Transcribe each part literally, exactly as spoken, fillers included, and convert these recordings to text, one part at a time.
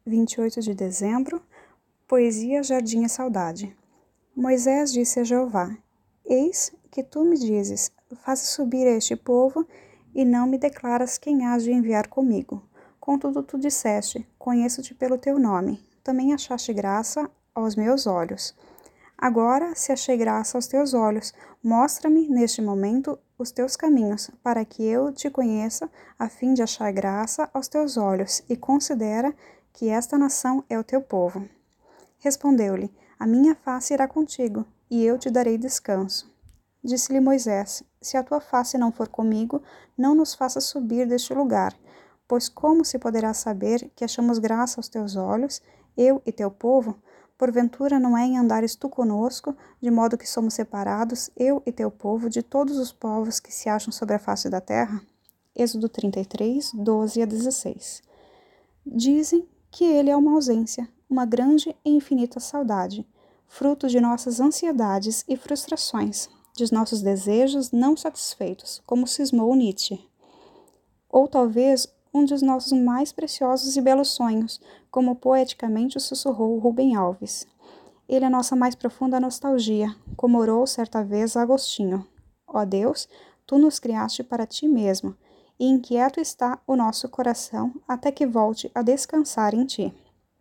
vinte e oito de dezembro, Poesia Jardim e Saudade. Moisés disse a Jeová: Eis que tu me dizes, fazes subir este povo, e não me declaras quem hás de enviar comigo. Contudo tu disseste, conheço-te pelo teu nome, também achaste graça aos meus olhos. Agora, se achei graça aos teus olhos, mostra-me, neste momento, os teus caminhos, para que eu te conheça, a fim de achar graça aos teus olhos, e considera que esta nação é o teu povo. Respondeu-lhe: A minha face irá contigo, e eu te darei descanso. Disse-lhe Moisés: Se a tua face não for comigo, não nos faças subir deste lugar, pois como se poderá saber que achamos graça aos teus olhos, eu e teu povo? Porventura não é em andares tu conosco, de modo que somos separados, eu e teu povo, de todos os povos que se acham sobre a face da terra? Êxodo trinta e três, doze a dezesseis. Dizem que ele é uma ausência, uma grande e infinita saudade, fruto de nossas ansiedades e frustrações, de nossos desejos não satisfeitos, como cismou Nietzsche. Ou talvez um dos nossos mais preciosos e belos sonhos, como poeticamente sussurrou Rubem Alves. Ele é nossa mais profunda nostalgia, como orou certa vez Agostinho. Ó Deus, tu nos criaste para ti mesmo, e inquieto está o nosso coração até que volte a descansar em ti.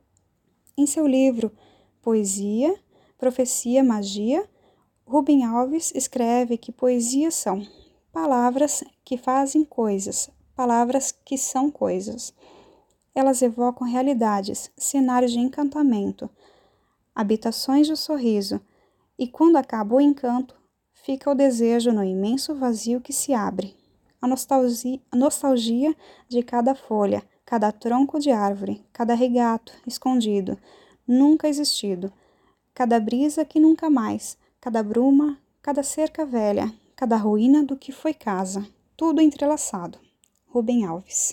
Em seu livro Poesia, Profecia, Magia, Rubem Alves escreve que poesias são palavras que fazem coisas, palavras que são coisas. Elas evocam realidades, cenários de encantamento, habitações de sorriso, e quando acaba o encanto, fica o desejo no imenso vazio que se abre. A nostalgia, a nostalgia de cada folha, cada tronco de árvore, cada regato escondido, nunca existido, cada brisa que nunca mais, cada bruma, cada cerca velha, cada ruína do que foi casa, tudo entrelaçado. Rubem Alves.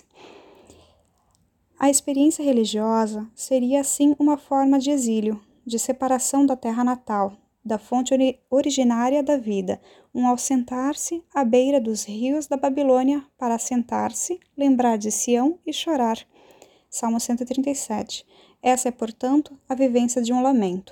A experiência religiosa seria assim uma forma de exílio, de separação da terra natal, da fonte originária da vida, um aussentar-se à beira dos rios da Babilônia para assentar-se, lembrar de Sião e chorar. Salmo cento e trinta e sete. Essa é, portanto, a vivência de um lamento.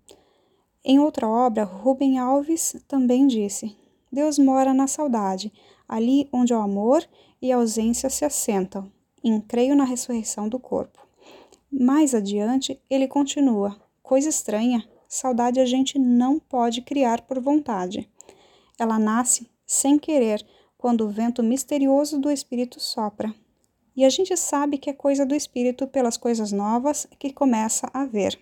Em outra obra, Rubem Alves também disse: Deus mora na saudade, ali onde o amor e a ausência se assentam, e creio na ressurreição do corpo. Mais adiante, ele continua: coisa estranha, saudade a gente não pode criar por vontade. Ela nasce sem querer, quando o vento misterioso do Espírito sopra. E a gente sabe que é coisa do Espírito pelas coisas novas que começa a ver.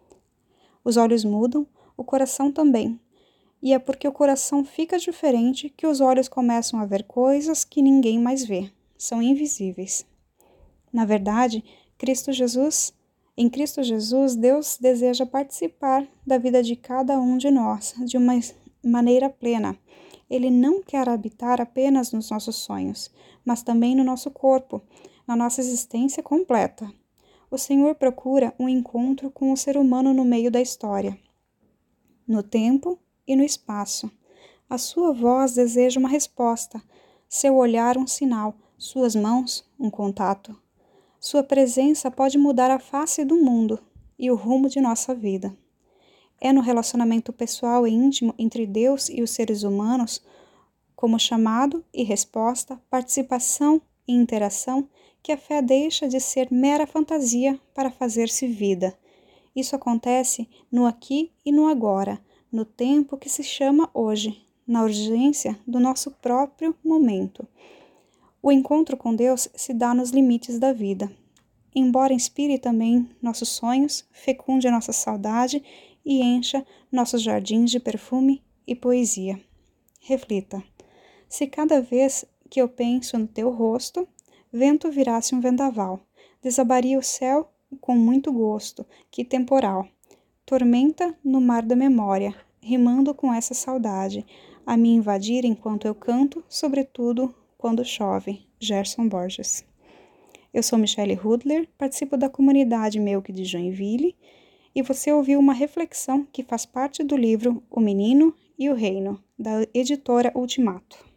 Os olhos mudam, o coração também. E é porque o coração fica diferente que os olhos começam a ver coisas que ninguém mais vê. São invisíveis. Na verdade, Cristo Jesus, em Cristo Jesus, Deus deseja participar da vida de cada um de nós de uma maneira plena. Ele não quer habitar apenas nos nossos sonhos, mas também no nosso corpo, na nossa existência completa. O Senhor procura um encontro com o ser humano no meio da história, no tempo e no espaço. A sua voz deseja uma resposta, seu olhar um sinal, suas mãos um contato. Sua presença pode mudar a face do mundo e o rumo de nossa vida. É no relacionamento pessoal e íntimo entre Deus e os seres humanos, como chamado e resposta, participação e interação, que a fé deixa de ser mera fantasia para fazer-se vida. Isso acontece no aqui e no agora, no tempo que se chama hoje, na urgência do nosso próprio momento. O encontro com Deus se dá nos limites da vida. Embora inspire também nossos sonhos, fecunde a nossa saudade e encha nossos jardins de perfume e poesia. Reflita: se cada vez que eu penso no teu rosto, vento virasse um vendaval, desabaria o céu com muito gosto, que temporal. Tormenta no mar da memória, rimando com essa saudade, a me invadir enquanto eu canto, sobretudo quando chove. Gerson Borges. Eu sou Michele Hudler, participo da comunidade Melk de Joinville, e você ouviu uma reflexão que faz parte do livro O Menino e o Reino, da editora Ultimato.